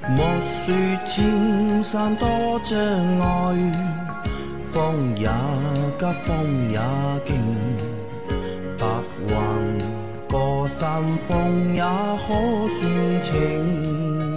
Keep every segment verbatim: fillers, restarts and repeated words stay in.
莫说青山多障碍，风也急，风也劲，白云过山峰也可算情。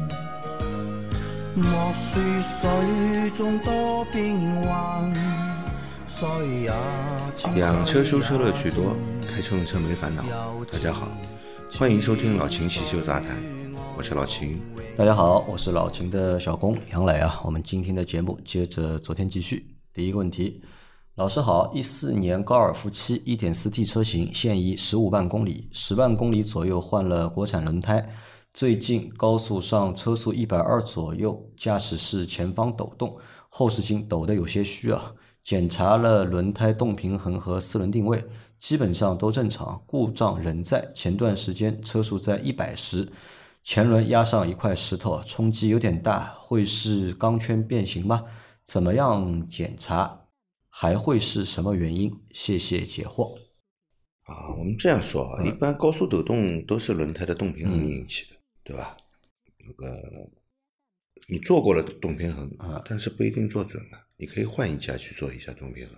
莫说水中多变幻，水也清养车修车乐趣多，开车用车没烦恼。大家好，欢迎收听老秦汽修杂谈，我是老秦。 大家好，我是老秦的小工杨磊啊。我们今天的节目接着昨天继续。第一个问题，老师好，一四年高尔夫七 一点四 T 车型，现役十五万公里，十万公里左右换了国产轮胎。最近高速上车速一百二左右，驾驶室前方抖动，后视镜抖得有些虚啊。检查了轮胎动平衡和四轮定位，基本上都正常，故障仍在。前段时间车速在一百时，前轮压上一块石头，冲击有点大，会是钢圈变形吗？怎么样检查？还会是什么原因？谢谢解惑。 啊，我们这样说啊，一般高速抖动都是轮胎的动平衡引起的，嗯、对吧？那个你做过了动平衡，啊、但是不一定做准了，你可以换一家去做一下动平衡，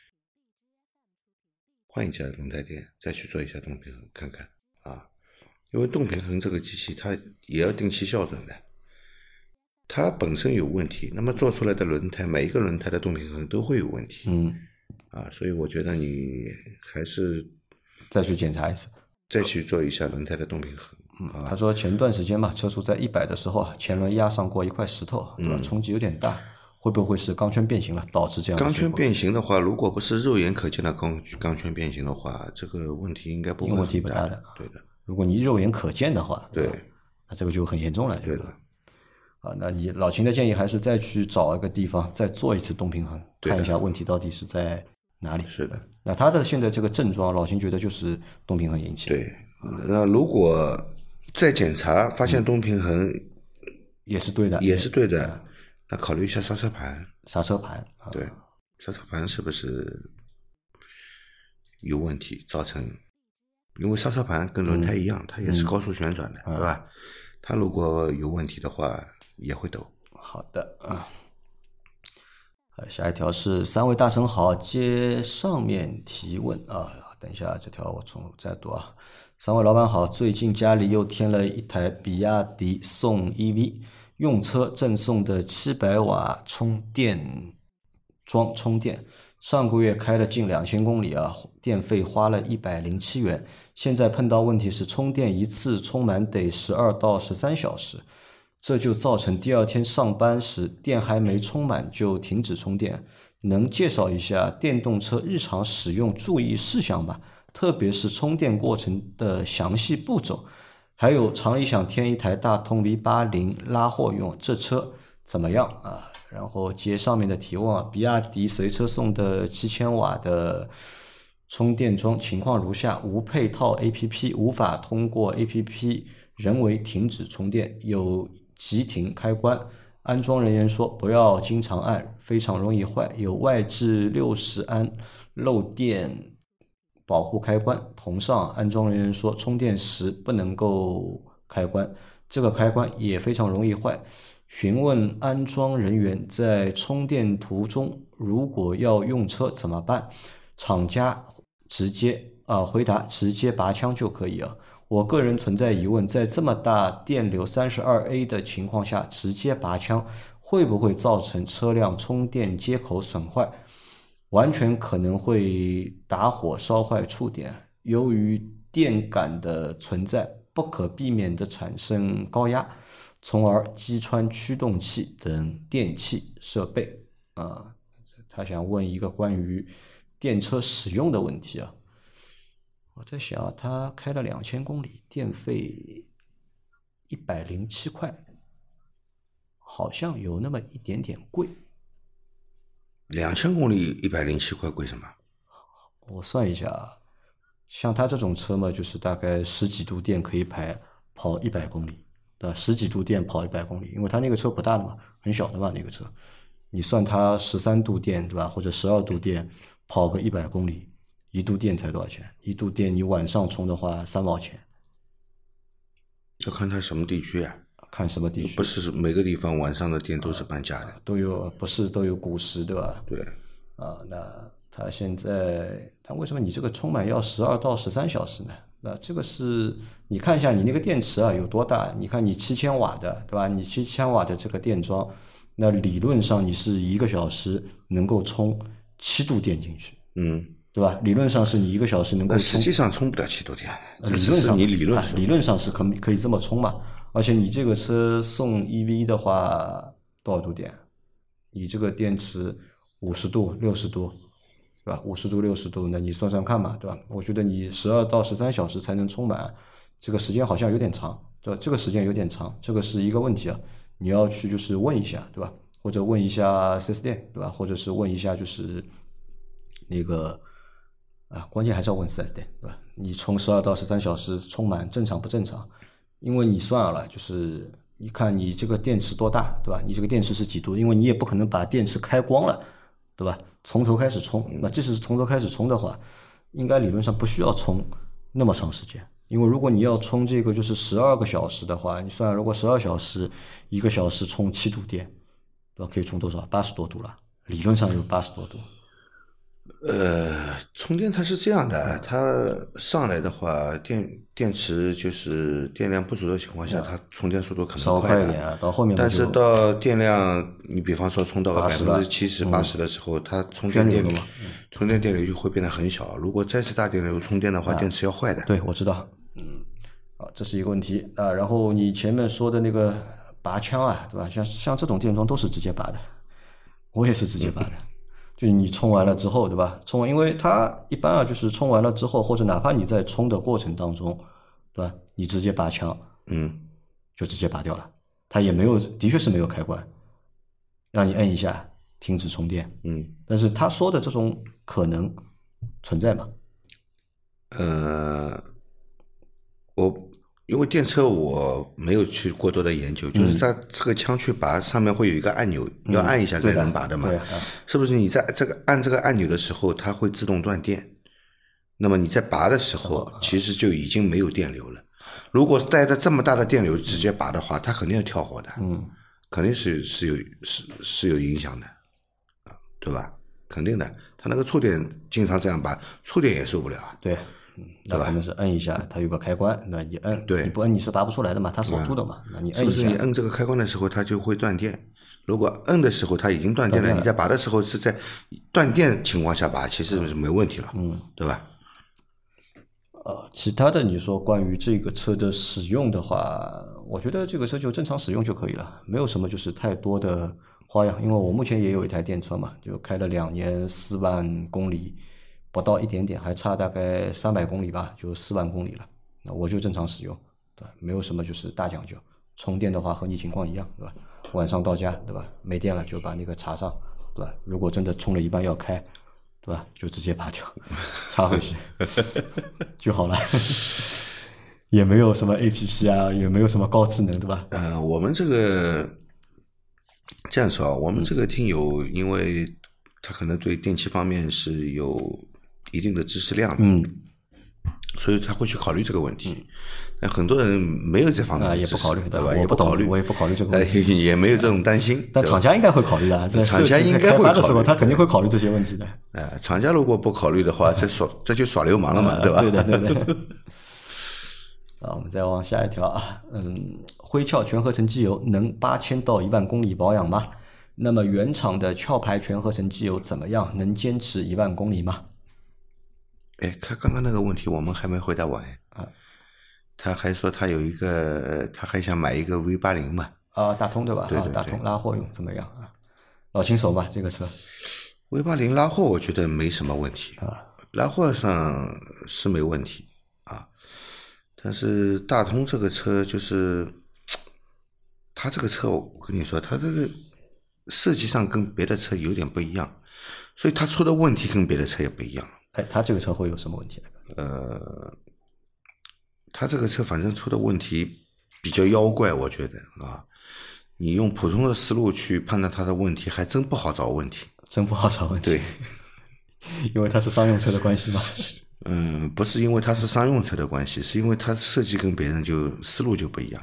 换一家轮胎店再去做一下动平衡看看啊，因为动平衡这个机器它也要定期校准的，它本身有问题，那么做出来的轮胎每一个轮胎的动平衡都会有问题， 嗯， 啊，所以我觉得你还是再去检查一次， 再去做一下轮胎的动平衡。 嗯，他说前段时间嘛，车速在一百的时候，前轮压上过一块石头，对吧？ 嗯、 冲击有点大，会不会是钢圈变形了，导致这样的？ 钢圈变形的话，如果不是肉眼可见的钢钢圈变形的话，这个问题应该不会很大的。 问题不大的， 对的。 如果你肉眼可见的话， 对， 那这个就很严重了， 对的。 啊，那你老秦的建议还是再去找一个地方再做一次动平衡，看一下问题到底是在哪里。 是的。 那他的现在这个症状，老秦觉得就是动平衡引起的。 对，那如果再检查发现动平衡、嗯、 也是对的， 也是对的，嗯、那考虑一下刹车盘。 刹车盘， 啊、对，刹车盘是不是有问题造成？因为刹车盘跟轮胎一样，嗯、它也是高速旋转的，嗯、对吧？它如果有问题的话，也会抖。 好的啊。下一条是三位大神好，接上面提问啊，等一下这条我重再读啊。三位老板好，最近家里又添了一台比亚迪宋 E V， 用车赠送的七百瓦充电桩充电，上个月开了近两千公里啊，电费花了一百零七元，现在碰到问题是充电一次充满得十二到十三小时。这就造成第二天上班时电还没充满就停止充电，能介绍一下电动车日常使用注意事项吗？特别是充电过程的详细步骤。还有厂里想添一台大通 V 八十 拉货用，这车怎么样啊？然后接上面的提问啊，比亚迪随车送的七千瓦的充电桩情况如下：无配套 A P P， 无法通过 A P P 人为停止充电，有急停开关，安装人员说不要经常按，非常容易坏，有外置六十安漏电保护开关，同上安装人员说充电时不能够开关，这个开关也非常容易坏，询问安装人员在充电途中如果要用车怎么办，厂家直接啊、呃、回答直接拔枪就可以啊。我个人存在疑问，在这么大电流 三十二 A 的情况下直接拔枪会不会造成车辆充电接口损坏，完全可能会打火烧坏触点，由于电感的存在不可避免地产生高压，从而击穿驱动器等电器设备啊。他想问一个关于电车使用的问题啊。我在想啊，他开了两千公里，电费一百零七块，好像有那么一点点贵。 两千公里一百零七块贵什么？ 我算一下啊，像他这种车嘛，就是大概十几度电可以排跑一百公里，对吧？十几度电跑一百公里，因为他那个车不大的嘛，很小的嘛那个车，你算它十三度电，对吧？或者十二度电跑个一百公里。一度电才多少钱？一度电你晚上充的话三毛钱。 要看它什么地区啊？ 看什么地区？ 不是每个地方晚上的电都是半价的， 都有，不是都有古时对吧？ 对。 啊，那它现在，它为什么你这个充满要十二到十三小时呢？那这个是你看一下你那个电池啊有多大？你看你七千瓦的，对吧？你七千瓦的这个电装，那理论上你是一个小时能够充七度电进去， 嗯， 对吧？理论上是你一个小时能够那充， 实际上充不了七度电， 呃理论上你理论说， 啊理论上是可可以这么充嘛？而且你这个车送 E V 的话多少度电？你这个电池五十度、六十度。对吧？五十度、六十度，那你算算看嘛，对吧？我觉得你十二到十三小时才能充满，这个时间好像有点长，对吧？这个时间有点长，这个是一个问题啊。你要去就是问一下，对吧？或者问一下 四 S 店，对吧？或者是问一下就是那个啊，关键还是要问 四 S 店，对吧？你充十二到十三小时充满正常不正常？因为你算了，就是你看你这个电池多大，对吧？你这个电池是几度？因为你也不可能把电池开光了，对吧？从头开始充，那即使是从头开始充的话，应该理论上不需要充那么长时间。因为如果你要充这个就是十二个小时的话，你算如果十二小时一个小时充七度电，对吧？可以充多少？八十多度了，理论上有八十多度。 呃，充电它是这样的，它上来的话，电电池就是电量不足的情况下，它充电速度可能稍快的。 快一点啊，到后面但是到电量，你比方说充到个百分之七十、八十的时候，它充电电流，充电电流就会变得很小。如果再次大电流充电的话，电池要坏的。 对，我知道，嗯，好，这是一个问题啊。然后你前面说的那个拔枪啊，对吧？像像这种电装都是直接拔的，我也是直接拔的。就是你充完了之后，对吧？充完，因为它一般啊，就是充完了之后，或者哪怕你在充的过程当中，对吧？你直接拔枪， 嗯， 就直接拔掉了。它也没有，的确是没有开关，让你摁一下停止充电。 嗯， 但是他说的这种可能存在吗？ 呃，我因为电车我没有去过多的研究，就是它这个枪去拔上面会有一个按钮，你要按一下才能拔的嘛，是不是？你在这个按这个按钮的时候，它会自动断电，那么你在拔的时候，其实就已经没有电流了。如果带着这么大的电流直接拔的话，它肯定要跳火的，嗯，肯定是是有是是有影响的，啊，对吧？肯定的，它那个触点经常这样拔，触点也受不了啊， 对。那可能是摁一下，它有个开关，那你摁， 对， 你不摁你是拔不出来的嘛，它锁住的嘛，那你摁一下， 是不是你摁这个开关的时候它就会断电？如果摁的时候它已经断电了，你在拔的时候是在断电情况下拔，其实是没问题了，嗯，对吧？ 呃，其他的你说关于这个车的使用的话，我觉得这个车就正常使用就可以了，没有什么就是太多的花样。因为我目前也有一台电车嘛，就开了两年四万公里。不到一点点，还差大概三百公里吧，就四万公里了。那我就正常使用，对吧？没有什么就是大讲究。充电的话和你情况一样，对吧？晚上到家，对吧？没电了就把那个插上，对吧？如果真的充了一半要开，对吧？就直接拔掉，插回去就好了。也没有什么 A P P 啊，也没有什么高智能，对吧？ 呃，我们这个这样说啊，我们这个听友因为他可能对电器方面是有一定的知识量的，嗯，所以他会去考虑这个问题。那、嗯、很多人没有这方面的知识、 啊、也不考虑， 对吧？ 我不考虑， 我也不考虑这个问题， 呃、也没有这种担心。 但厂家应该会考虑的，在厂家应该会开发的时候，他肯定会考虑这些问题的。 呃，厂家如果不考虑的话，这耍这就耍流氓了嘛， 啊、 对吧？ 对的，对的。啊，我们再往下一条啊，嗯，辉壳全合成机油能八千到一万公里保养吗？那么原厂的壳牌全合成机油怎么样？能坚持一万公里吗？ 哎，他刚刚那个问题我们还没回答完啊。他还说他有一个，他还想买一个 V 八十 嘛？ 啊，大通对吧？ 对对对， 啊，大通拉货用怎么样啊？老新手吧，这个车。 V 八十 拉货我觉得没什么问题啊，拉货上是没问题啊。但是大通这个车就是，他这个车我跟你说，他这个设计上跟别的车有点不一样，所以他出的问题跟别的车也不一样。 哎，他这个车会有什么问题呢？ 呃，他这个车反正出的问题比较妖怪，我觉得啊，你用普通的思路去判断他的问题，还真不好找问题， 真不好找问题。 对， 因为它是商用车的关系吗？ 嗯，不是因为它是商用车的关系，是因为它设计跟别人就思路就不一样。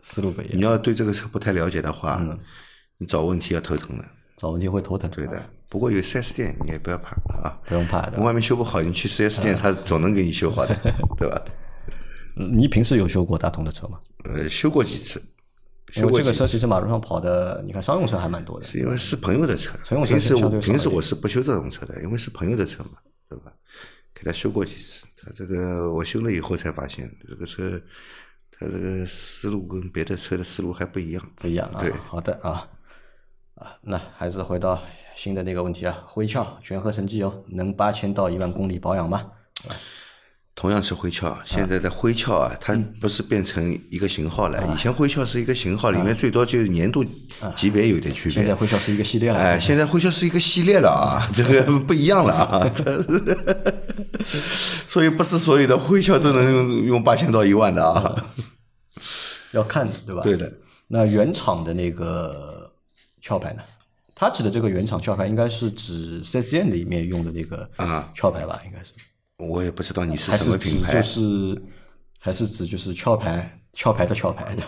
思路不一样。 你要对这个车不太了解的话， 嗯、 你找问题要头疼的。 找问题会头疼。 对的，不过有 四 S 店你也不要怕啊， 不用怕的。 外面修不好，你去 四 S 店，他总能给你修好的，对吧？ 你平时有修过大通的车吗？ 呃，修过几次。 因为这个车其实马路上跑的，你看商用车还蛮多的。 是因为是朋友的车， 乘用车平时我相对少一点平时我是不修这种车的，因为是朋友的车嘛，对吧？给他修过几次，他这个我修了以后才发现，这个车他这个思路跟别的车的思路还不一样， 不一样啊。 对， 好的啊啊，那还是回到新的那个问题啊，辉壳全合成机油能八千到一万公里保养吗？ 同样是灰壳，现在的灰壳啊，它不是变成一个型号了。以前灰壳是一个型号，里面最多就年度级别有点区别。 现在灰壳是一个系列了。 哎，现在灰壳是一个系列了啊，这个不一样了啊。所以不是所有的灰壳都能用用八千到一万的啊。 要看对吧？ 对的。 那原厂的那个壳牌呢？它指的这个原厂壳牌，应该是指 四 S 店里面用的那个啊壳牌吧？应该是。 我也不知道你是什么品牌， 还是指就是还是指就是壳牌壳牌的壳牌的。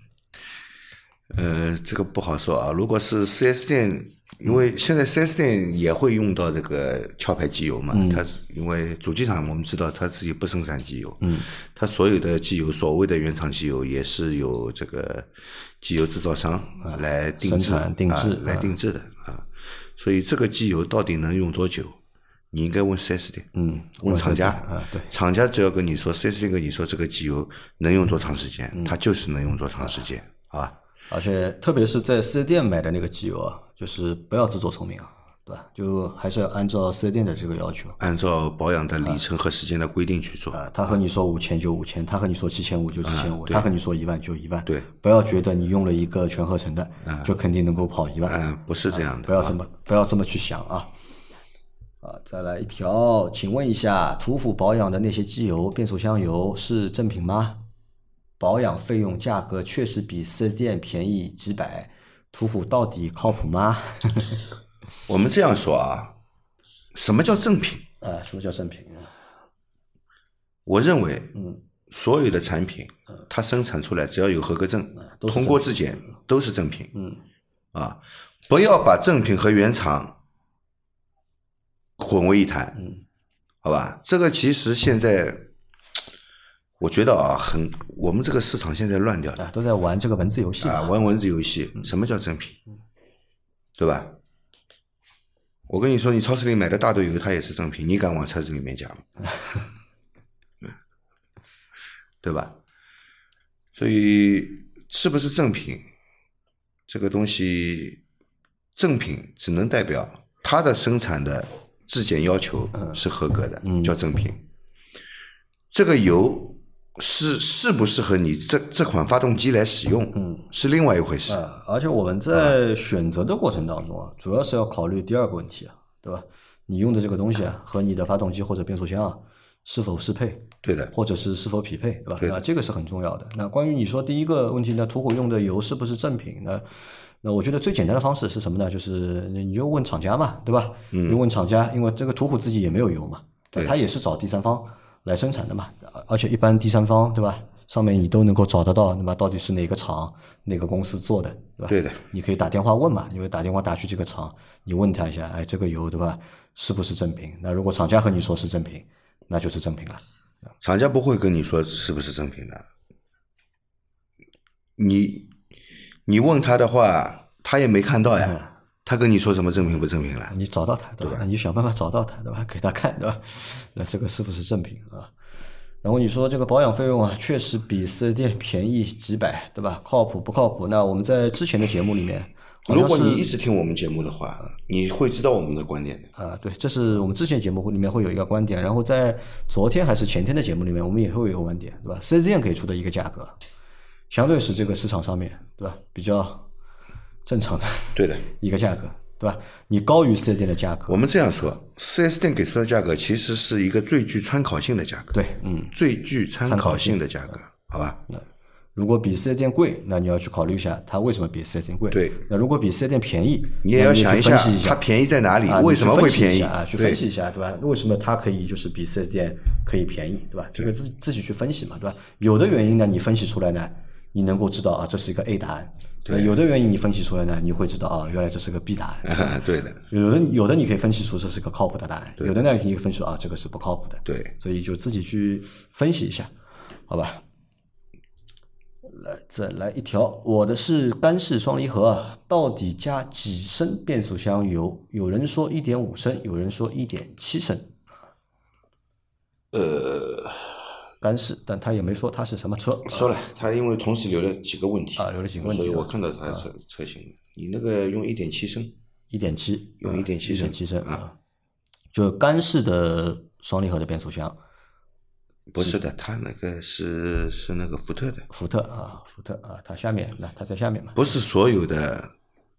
呃，这个不好说啊。如果是 四 S 店，因为现在 四 S 店也会用到这个壳牌机油嘛，嗯、它是因为主机厂我们知道它自己不生产机油，嗯，它所有的机油，所谓的原厂机油也是由这个机油制造商来定制、 啊、定制、 啊、来定制的啊。所以这个机油到底能用多久？你应该问 四 S 店， 嗯， 问厂家， 啊，对， 厂家只要跟你说 四 S 店跟你说这个机油能用多长时间，嗯、它就是能用多长时间，好吧？ 而且特别是在四 S 店买的那个机油啊，就是不要自作聪明啊，对吧？就还是要按照四 S 店的这个要求， 按照保养的里程和时间的规定去做。 啊，他和你说五千就五千，他和你说七千五就七千五，他和你说一万就一万， 对， 不要觉得你用了一个全合成的，啊、就肯定能够跑一万， 嗯、啊，不是这样的， 啊、不要这么、啊、不要这么去想啊。啊，再来一条，请问一下，途虎保养的那些机油、变速箱油是正品吗？保养费用价格确实比四 S 店便宜几百，途虎到底靠谱吗？ 我们这样说啊，什么叫正品？ 啊，什么叫正品？ 我认为，嗯，所有的产品，嗯、它生产出来只要有合格证， 嗯、 通过质检都是正品。 嗯， 啊，不要把正品和原厂混为一谈， 嗯， 好吧？这个其实现在，我觉得啊，很我们这个市场现在乱掉了， 啊，都在玩这个文字游戏啊，玩文字游戏。什么叫正品？ 嗯、 对吧？我跟你说，你超市里买的大豆油，它也是正品，你敢往车子里面加吗？对吧？所以是不是正品，这个东西，正品只能代表它的生产的质检要求是合格的， 嗯、 叫正品。这个油是适不适合你这这款发动机来使用，嗯、是另外一回事。 啊、而且我们在选择的过程当中啊，主要是要考虑第二个问题啊，对吧？你用的这个东西啊，和你的发动机或者变速箱啊是否适配？ 对的， 或者是是否匹配，对吧？ 对， 那这个是很重要的。那关于你说第一个问题呢，途虎用的油是不是正品呢？那我觉得最简单的方式是什么呢？就是你就问厂家嘛，对吧？嗯，就问厂家，因为这个途虎自己也没有油嘛， 对， 它也是找第三方来生产的嘛。而且一般第三方，对吧？上面你都能够找得到，那么到底是哪个厂、哪个公司做的，对吧？ 对的， 你可以打电话问嘛，因为打电话打去这个厂，你问他一下，哎，这个油对吧，是不是正品？那如果厂家和你说是正品，那就是正品了。 厂家不会跟你说是不是正品的，你你问他的话，他也没看到呀，嗯、他跟你说什么正品不正品了？ 你找到他，对吧？对吧，你想办法找到他，对吧？给他看，对吧？那这个是不是正品啊？然后你说这个保养费用啊，确实比四 S 店便宜几百，对吧？靠谱不靠谱？那我们在之前的节目里面， 如果你一直听我们节目的话，你会知道我们的观点的。 啊，对，这是我们之前节目里面会有一个观点，然后在昨天还是前天的节目里面，我们也会有一个观点，对吧？四 S 店给出的一个价格，相对是这个市场上面，对吧？比较正常的， 对的一个价格，对吧？你高于四 S 店的价格， 我们这样说，四 S 店给出的价格其实是一个最具参考性的价格， 对，嗯， 最具参考性的价格，好吧？ 那如果比四 S 店贵，那你要去考虑一下它为什么比四 S 店贵。 对， 那如果比四 S 店便宜， 你也要想一下它便宜在哪里， 啊、 为什么会便宜啊？去分析一下，对吧？为什么它可以就是比四 S 店可以便宜，对吧？这个自自己去分析嘛，对吧？有的原因呢，你分析出来呢， 你能够知道啊，这是一个 A 答案。 对， 有的原因你分析出来呢，你会知道啊，原来这是个 B 答案。 啊，对的。 有的有的你可以分析出这是个靠谱的答案， 对有的呢你可以分析出啊，这个是不靠谱的。 对， 所以就自己去分析一下，好吧？来，再来一条，我的是干式双离合啊，到底加几升变速箱油？有人说 一点五 升，有人说 一点七 升。 呃， 干式，但他也没说它是什么车。 说了，他因为同时留了几个问题啊，留了几个问题， 所以我看到他车、啊、车型了。你那个用 一点七 升 ， 一点七， 用 一点七 升， 一点七 升啊，就干式的双离合的变速箱。 不是的，它那个是是那个福特的， 福特啊，福特啊，它下面那它在下面嘛。 不是所有的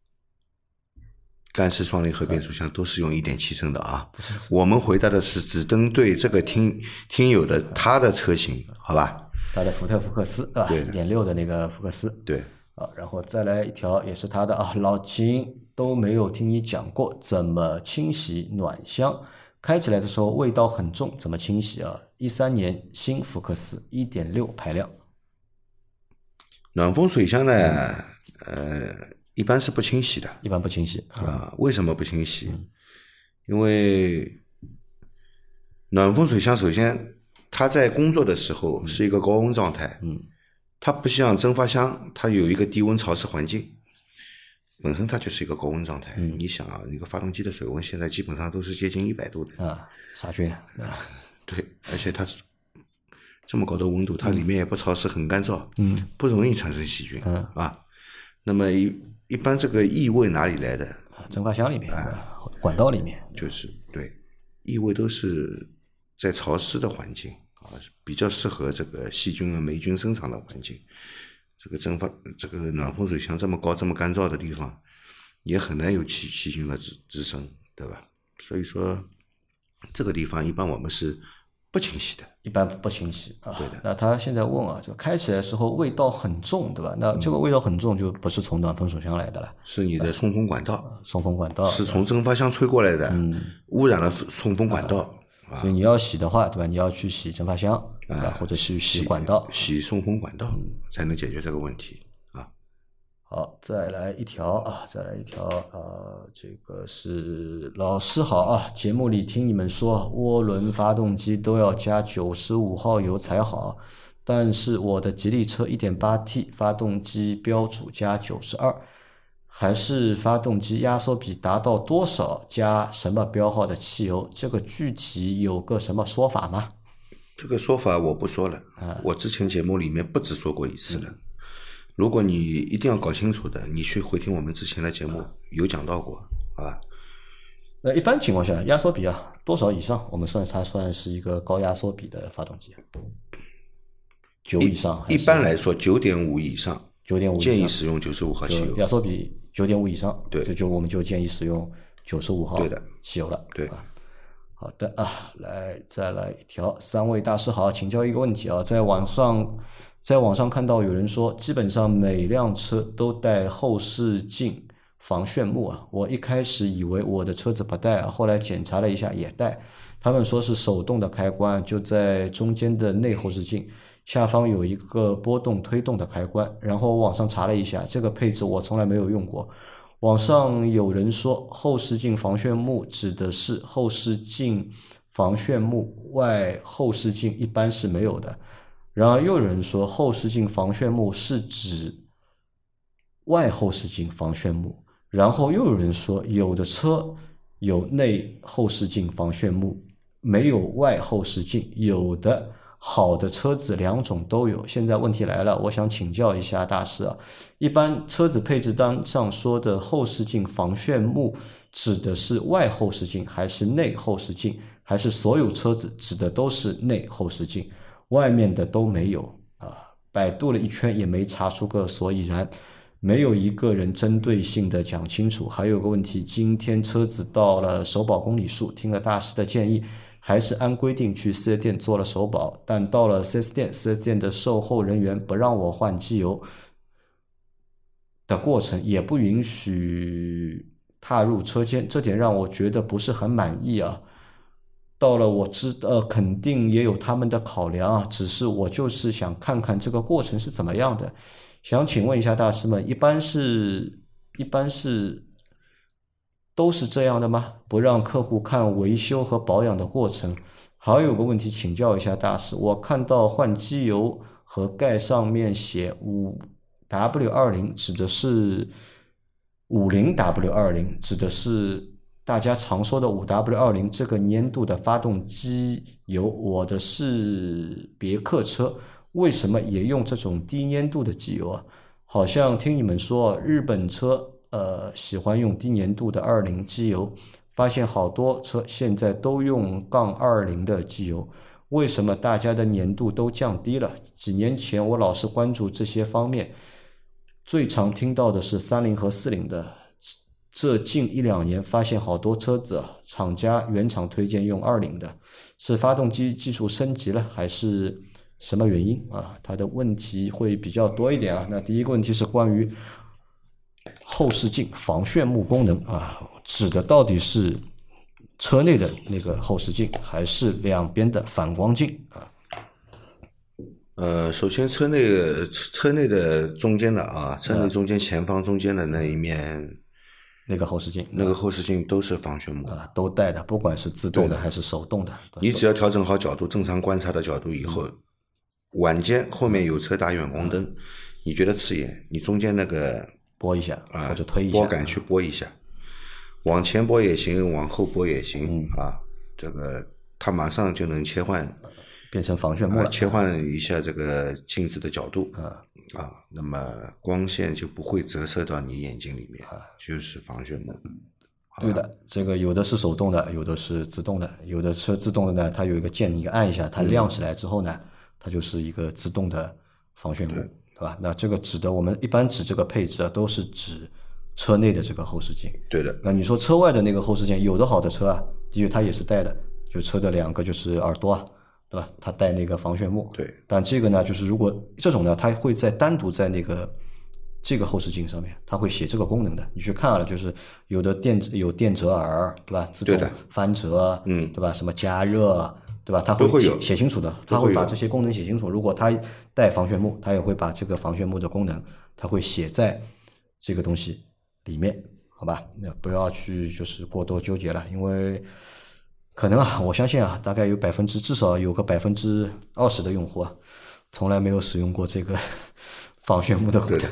干式双离合变速箱都是用 一点七 升的啊。 不是， 我们回答的是只针对这个听听友的他的车型，好吧？ 他的福特福克斯啊，一点六的那个福克斯。 对啊，然后再来一条也是他的啊，老秦都没有听你讲过怎么清洗暖箱。开起来的时候味道很重，怎么清洗啊？一三年新福克斯 一点六 排量。 暖风水箱呢，呃，一般是不清洗的， 一般不清洗啊。为什么不清洗？嗯、因为暖风水箱首先它在工作的时候是一个高温状态， 嗯， 它不像蒸发箱，它有一个低温潮湿环境。本身它就是一个高温状态，嗯、你想啊，一个发动机的水温现在基本上都是接近一百度的啊，杀菌啊， 对，而且它是这么高的温度，它里面也不潮湿，很干燥， 嗯， 不容易产生细菌， 嗯啊，那么一一般这个异味哪里来的？ 蒸发箱里面，啊、管道里面， 就是对，异味都是在潮湿的环境啊，比较适合这个细菌和霉菌生长的环境。这个蒸发，这个暖风水箱这么高、这么干燥的地方，也很难有细细菌的滋滋生，对吧？所以说，这个地方一般我们是不清洗的， 一般不清洗啊。 对的。 那他现在问啊，就开起来的时候味道很重，对吧？那这个味道很重，就不是从暖风水箱来的了， 是你的送风管道， 送风管道是从蒸发箱吹过来的， 嗯， 污染了送风管道。 啊、所以你要洗的话，对吧？你要去洗蒸发箱，对吧？ 啊、 或者去洗管道， 洗, 洗送风管道、嗯、才能解决这个问题啊。 好，再来一条啊，再来一条啊，这个是老师好啊，节目里听你们说涡轮发动机都要加九十五号油才好，但是我的吉利车 一点八 T 发动机标注加九十二。还是发动机压缩比达到多少加什么标号的汽油？这个具体有个什么说法吗？ 这个说法我不说了， 啊、 我之前节目里面不止说过一次了。嗯、如果你一定要搞清楚的，你去回听我们之前的节目，啊、有讲到过，好吧？ 那一般情况下，压缩比啊多少以上，我们算它算是一个高压缩比的发动机？九以上？ 一般来说，九点五以上。 九点五建议使用九十五号汽油， 压缩比九点五以上， 对， 就就我们就建议使用九十五号汽油了。 对的， 对啊。好的啊，来再来一条，三位大师好，请教一个问题啊，在网上在网上看到有人说，基本上每辆车都带后视镜防眩目啊，我一开始以为我的车子不带啊，后来检查了一下也带，他们说是手动的开关，就在中间的内后视镜。下方有一个波动推动的开关，然后网上查了一下，这个配置我从来没有用过。网上有人说后视镜防眩目指的是后视镜防眩目外后视镜一般是没有的，然而又有人说后视镜防眩目是指外后视镜防眩目，然后又有人说有的车有内后视镜防眩目，没有外后视镜，有的好的车子两种都有。现在问题来了，我想请教一下大师啊，一般车子配置单上说的后视镜防眩目指的是外后视镜还是内后视镜，还是所有车子指的都是内后视镜，外面的都没有啊？百度了一圈也没查出个所以然，没有一个人针对性的讲清楚。还有个问题，今天车子到了首保公里数，听了大师的建议，还是按规定去四 S 店做了首保，但到了 四 S 店，四 S 店的售后人员不让我换机油的过程，也不允许踏入车间，这点让我觉得不是很满意啊。 到了我知呃肯定也有他们的考量啊，只是我就是想看看这个过程是怎么样的。想请问一下大师们，一般是一般是都是这样的吗？不让客户看维修和保养的过程。还有个问题请教一下大师，我看到换机油和盖上面写五 W 二零指的是五十 W 二零指的是大家常说的五 W 二零这个粘度的发动机油。我的是别克车，为什么也用这种低粘度的机油啊？好像听你们说日本车呃喜欢用低粘度的二零机油，发现好多车现在都用杠二零的机油，为什么大家的粘度都降低了？几年前我老是关注这些方面，最常听到的是三菱和四菱的，这近一两年发现好多车子厂家原厂推荐用二零的，是发动机技术升级了还是什么原因啊？它的问题会比较多一点啊。那第一个问题是关于后视镜防眩目功能啊，指的到底是车内的那个后视镜，还是两边的反光镜啊？ 呃，首先车内的车内的中间的啊，车内中间前方中间的那一面， 那个后视镜， 那个后视镜都是防眩目啊，都带的，不管是自动的还是手动的。 你只要调整好角度，正常观察的角度以后，晚间后面有车打远光灯，你觉得刺眼，你中间那个拨一下啊， 或者推一下， 拨杆去拨一下，往前拨也行，往后拨也行、嗯、啊，这个它马上就能切换。 变成防眩目了、 啊，切换一下这个镜子的角度、 嗯、 啊，那么光线就不会折射到你眼睛里面， 啊、 就是防眩目。 对的，这个有的是手动的，有的是自动的，有的车自动的呢，它有一个键，你按一下，它亮起来之后呢，嗯、它就是一个自动的防眩目， 对, 对吧？那这个指的我们一般指这个配置啊，都是指车内的这个后视镜。 对的。 那你说车外的那个后视镜，有的好的车啊，的确它也是带的，就车的两个就是耳朵啊。对吧？它带那个防眩目， 对。 但这个呢，就是如果这种呢，它会在单独在那个这个后视镜上面，它会写这个功能的。你去看了，就是有的电有电折耳，对吧？自动翻折， 嗯， 对吧？什么加热，对吧？它会写写清楚的，它会把这些功能写清楚。如果它带防眩目，它也会把这个防眩目的功能，它会写在这个东西里面，好吧？那不要去就是过多纠结了，因为。可能啊，我相信啊，大概有百分之至少有个百分之二十的用户啊，从来没有使用过这个防眩目的功能。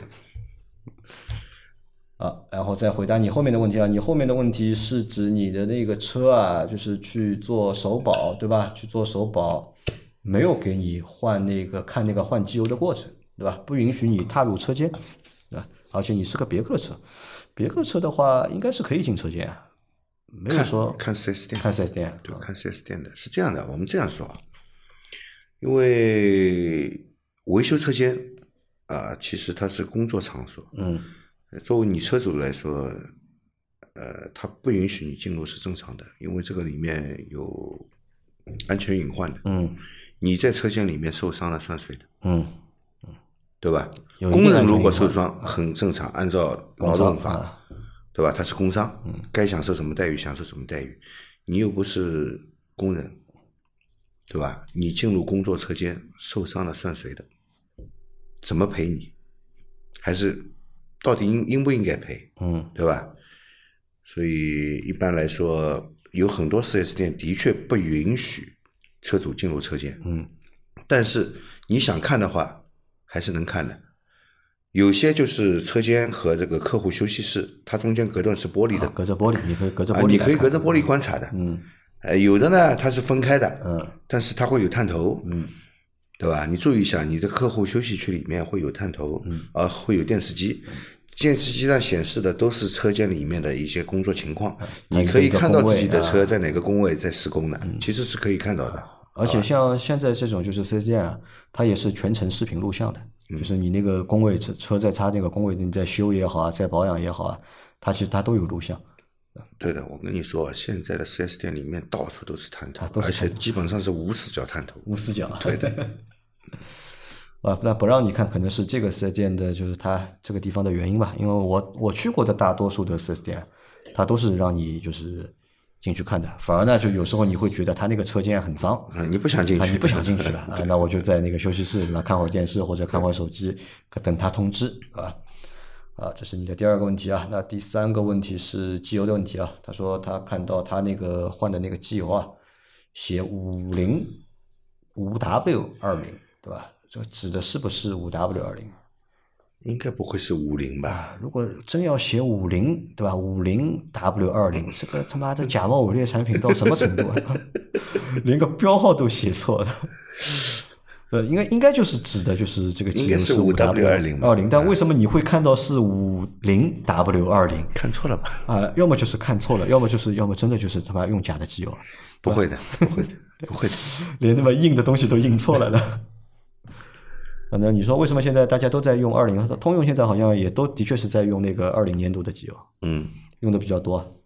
啊，然后再回答你后面的问题啊，你后面的问题是指你的那个车啊，就是去做首保，对吧？去做首保，没有给你换那个看那个换机油的过程，对吧？不允许你踏入车间，对吧？而且你是个别克车，别克车的话应该是可以进车间啊。没有说看四 S 店， 看四 S 店， 对，看四 S 店的是这样的。我们这样说啊，因为维修车间啊，其实它是工作场所。 嗯， 作为你车主来说，呃，它不允许你进入是正常的，因为这个里面有安全隐患的。 嗯， 你在车间里面受伤了算谁的？ 嗯嗯， 对吧？工人如果受伤很正常，按照劳动法。啊，对吧？他是工伤，嗯，该享受什么待遇享受什么待遇，你又不是工人，对吧？你进入工作车间受伤了算谁的？怎么赔你？还是到底应应不应该赔？ 嗯， 对吧？所以一般来说，有很多 四 S 店的确不允许车主进入车间， 嗯， 但是你想看的话，还是能看的。有些就是车间和这个客户休息室，它中间隔断是玻璃的， 啊、隔着玻璃，你可以隔着玻璃、 啊，你可以隔着玻璃观察的。 嗯， 呃，有的呢它是分开的， 嗯， 但是它会有探头， 嗯， 对吧？你注意一下，你的客户休息区里面会有探头， 嗯， 啊，会有电视机，电视机上显示的都是车间里面的一些工作情况， 嗯、 你可以看到自己的车在哪个工位在施工的， 嗯、 其实是可以看到的。 而且像现在这种就是 四 S 店啊，它也是全程视频录像的。就是你那个工位车车在它那个工位，你在修也好啊，在保养也好啊，它其实它都有录像。 对的，我跟你说，现在的 四 S 店里面到处都是探头，而且基本上是无死角探头。 无死角。 对的。 啊，那不让你看，可能是这个四 S 店的，就是它这个地方的原因吧。因为我我去过的大多数的四 S 店，它都是让你就是进去看的，反而呢，就有时候你会觉得他那个车间很脏， 嗯，你不想进去， 啊，你不想进去了啊，那我就在那个休息室里面看会儿电视或者看会儿手机，等他通知啊。啊，这是你的第二个问题啊。那第三个问题是机油的问题啊。他说他看到他那个换的那个机油啊，写五零五 W 二零，对吧？这个指的是不是五 W 二零？ 应该不会是五零吧？ 如果真要写五零，对吧？五零 W 二零，这个他妈的假冒伪劣产品到什么程度啊？连个标号都写错了。呃，应该应该就是指的就是这个机油是五 W 二零，二零，但为什么你会看到是五零 W 二零？ 看错了吧？ 啊，要么就是看错了，要么就是要么真的就是他妈用假的机油。 不会的，不会的，不会的， 连那么硬的东西都印错了的。那你说为什么现在大家都在用二零？通用现在好像也都的确是在用那个二零年度的机油， 嗯， 用的比较多。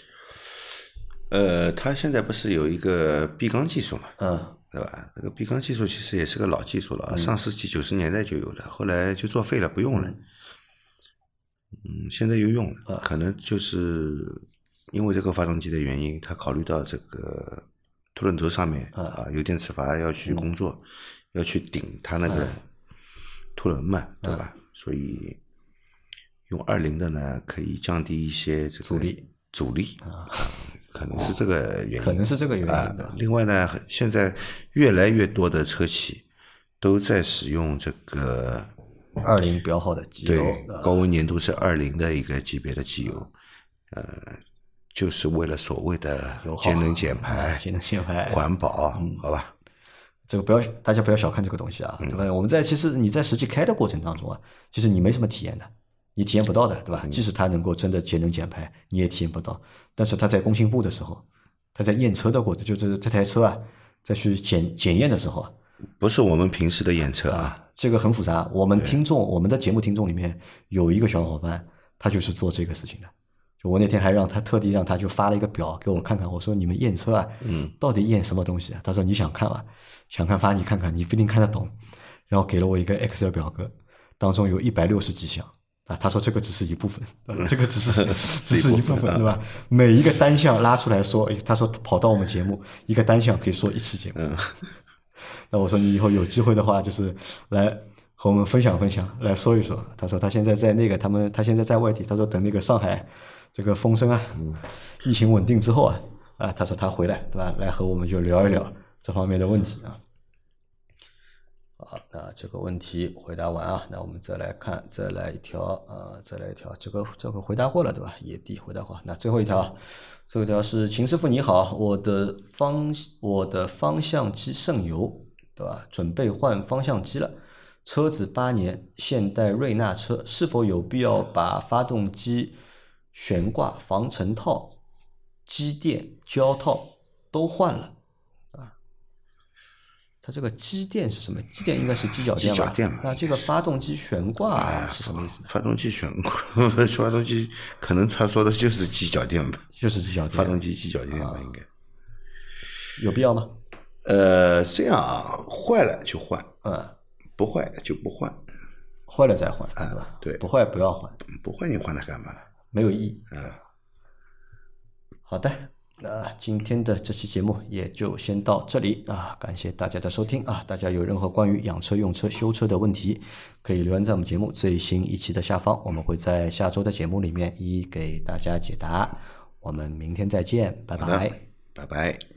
呃，它现在不是有一个闭缸技术嘛？ 嗯。 对吧？那个闭缸技术其实也是个老技术了啊，上世纪九十年代就有了，后来就作废了，不用了。嗯，现在又用了，可能就是因为这个发动机的原因，他考虑到这个凸轮轴上面啊有电磁阀要去工作，要去顶它那个凸轮嘛，对吧？所以用二零的呢，可以降低一些这个阻力， 阻力啊。可能是这个原因， 可能是这个原因的、 啊。另外呢，现在越来越多的车企都在使用这个二零标号的机油， 对，高温粘度是二零的一个级别的机油，呃，就是为了所谓的节能减排、 节能减排、 环保，嗯、好吧？ 这个不要大家不要小看这个东西啊，对吧？嗯、我们在其实你在实际开的过程当中啊，其实你没什么体验的。你体验不到的，对吧？即使它能够真的节能减排，你也体验不到。但是它在工信部的时候，它在验车的过程，就是这台车啊，再去检检验的时候， 不是我们平时的验车啊， 啊这个很复杂。我们听众，我们的节目听众里面有一个小伙伴，他就是做这个事情的。就我那天还让他特地让他就发了一个表给我看看，我说你们验车啊，嗯，到底验什么东西啊？他说你想看啊，想看发你看看，你不一定看得懂。然后给了我一个 Excel 表格，当中有一百六十几项。啊，他说这个只是一部分，嗯、这个只是只是一部分，对吧？每一个单项拉出来说，他说跑到我们节目，一个单项可以说一期节目。嗯、那我说你以后有机会的话，就是来和我们分享分享，来说一说。他说他现在在那个他们，他现在在外地，他说等那个上海这个风声啊，嗯、疫情稳定之后啊，啊，他说他回来，对吧？来和我们就聊一聊这方面的问题啊。好，那这个问题回答完啊，那我们再来看，再来一条，呃，再来一条，这个这个回答过了对吧？野地回答过，那最后一条，最后一条是秦师傅你好，我的方我的方向机渗油，对吧？准备换方向机了，车子八年，现代瑞纳车，是否有必要把发动机悬挂、防尘套、机垫、胶套都换了？它这个机垫是什么？机垫应该是机脚垫吧？ 机脚垫嘛。 那这个发动机悬挂是什么意思呢？ 发动机悬挂，发动机可能他说的就是机脚垫吧？ 就是机脚垫。 发动机机脚垫吧，应该。 有必要吗？ 呃，这样啊，坏了就换， 嗯， 不坏就不换， 坏了再换，对吧？ 对， 不坏不要换， 不坏你换它干嘛呢？ 没有意义。 嗯， 好的。那今天的这期节目也就先到这里啊，感谢大家的收听啊！大家有任何关于养车、用车、修车的问题，可以留言在我们节目最新一期的下方，我们会在下周的节目里面一一给大家解答。我们明天再见，拜拜， 拜拜。